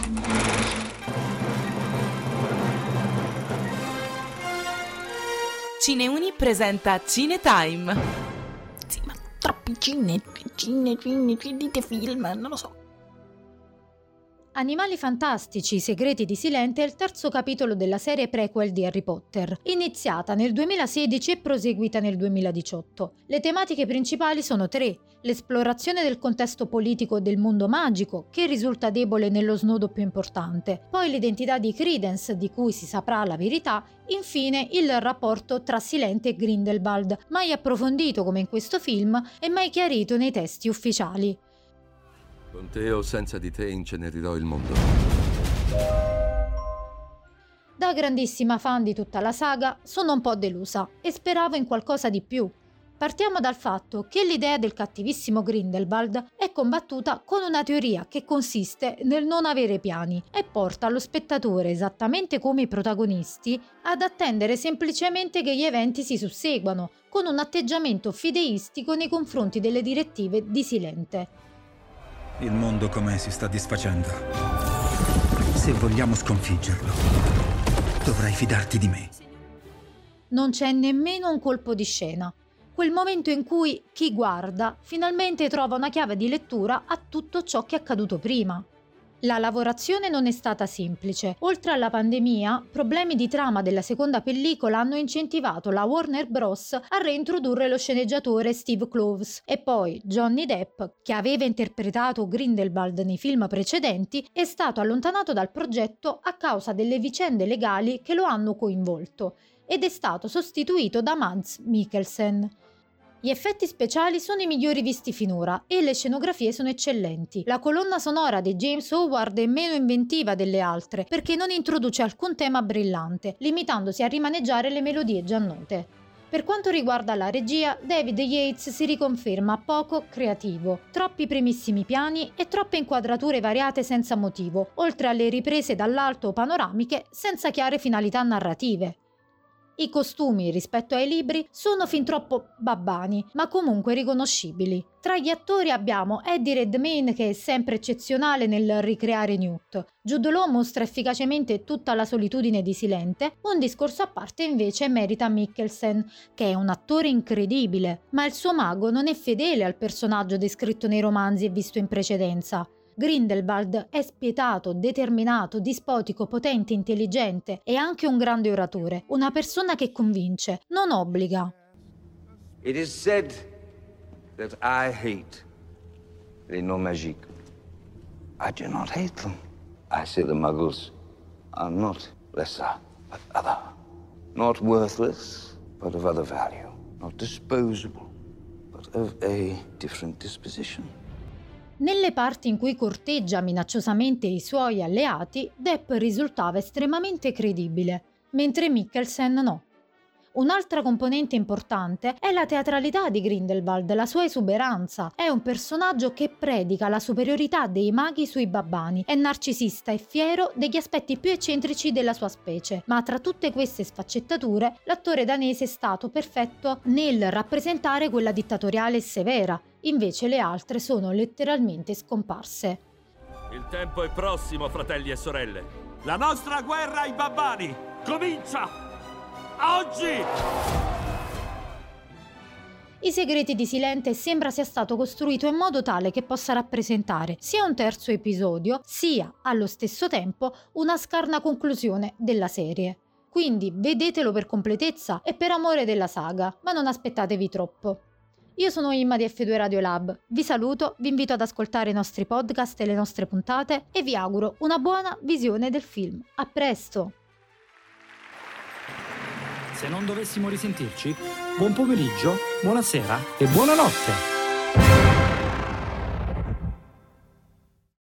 Cineuni presenta Cinetime. Sì, ma troppi dite film, non lo so. Animali fantastici, i segreti di Silente è il terzo capitolo della serie prequel di Harry Potter, iniziata nel 2016 e proseguita nel 2018. Le tematiche principali sono tre: l'esplorazione del contesto politico del mondo magico, che risulta debole nello snodo più importante, poi l'identità di Credence, di cui si saprà la verità, infine il rapporto tra Silente e Grindelwald, mai approfondito come in questo film e mai chiarito nei testi ufficiali. Con te o senza di te incenerirò il mondo. Da grandissima fan di tutta la saga, sono un po' delusa e speravo in qualcosa di più. Partiamo dal fatto che l'idea del cattivissimo Grindelwald è combattuta con una teoria che consiste nel non avere piani e porta lo spettatore, esattamente come i protagonisti, ad attendere semplicemente che gli eventi si susseguano, con un atteggiamento fideistico nei confronti delle direttive di Silente. Il mondo com'è si sta disfacendo. Se vogliamo sconfiggerlo, dovrai fidarti di me. Non c'è nemmeno un colpo di scena. Quel momento in cui chi guarda finalmente trova una chiave di lettura a tutto ciò che è accaduto prima. La lavorazione non è stata semplice. Oltre alla pandemia, problemi di trama della seconda pellicola hanno incentivato la Warner Bros. A reintrodurre lo sceneggiatore Steve Kloves e poi Johnny Depp, che aveva interpretato Grindelwald nei film precedenti, è stato allontanato dal progetto a causa delle vicende legali che lo hanno coinvolto ed è stato sostituito da Mads Mikkelsen. Gli effetti speciali sono i migliori visti finora e le scenografie sono eccellenti. La colonna sonora di James Howard è meno inventiva delle altre perché non introduce alcun tema brillante, limitandosi a rimaneggiare le melodie già note. Per quanto riguarda la regia, David Yates si riconferma poco creativo, troppi primissimi piani e troppe inquadrature variate senza motivo, oltre alle riprese dall'alto o panoramiche senza chiare finalità narrative. I costumi, rispetto ai libri, sono fin troppo babbani, ma comunque riconoscibili. Tra gli attori abbiamo Eddie Redmayne, che è sempre eccezionale nel ricreare Newt. Jude Law mostra efficacemente tutta la solitudine di Silente. Un discorso a parte invece merita Mikkelsen, che è un attore incredibile, ma il suo mago non è fedele al personaggio descritto nei romanzi e visto in precedenza. Grindelwald è spietato, determinato, dispotico, potente, intelligente e anche un grande oratore, una persona che convince, non obbliga. It is said that I hate les noms magiques. I do not hate them. I say the muggles are not lesser, but other. Not worthless, but of other value. Not disposable, but of a different disposition. Nelle parti in cui corteggia minacciosamente i suoi alleati, Depp risultava estremamente credibile, mentre Mikkelsen no. Un'altra componente importante è la teatralità di Grindelwald, la sua esuberanza. È un personaggio che predica la superiorità dei maghi sui babbani, è narcisista e fiero degli aspetti più eccentrici della sua specie, ma tra tutte queste sfaccettature l'attore danese è stato perfetto nel rappresentare quella dittatoriale e severa. Invece le altre sono letteralmente scomparse. Il tempo è prossimo, fratelli e sorelle. La nostra guerra ai babbani comincia oggi! I segreti di Silente sembra sia stato costruito in modo tale che possa rappresentare sia un terzo episodio, sia, allo stesso tempo, una scarna conclusione della serie. Quindi vedetelo per completezza e per amore della saga, ma non aspettatevi troppo. Io sono Imma di F2 Radio Lab, vi saluto, vi invito ad ascoltare i nostri podcast e le nostre puntate e vi auguro una buona visione del film. A presto! Se non dovessimo risentirci, buon pomeriggio, buonasera e buonanotte!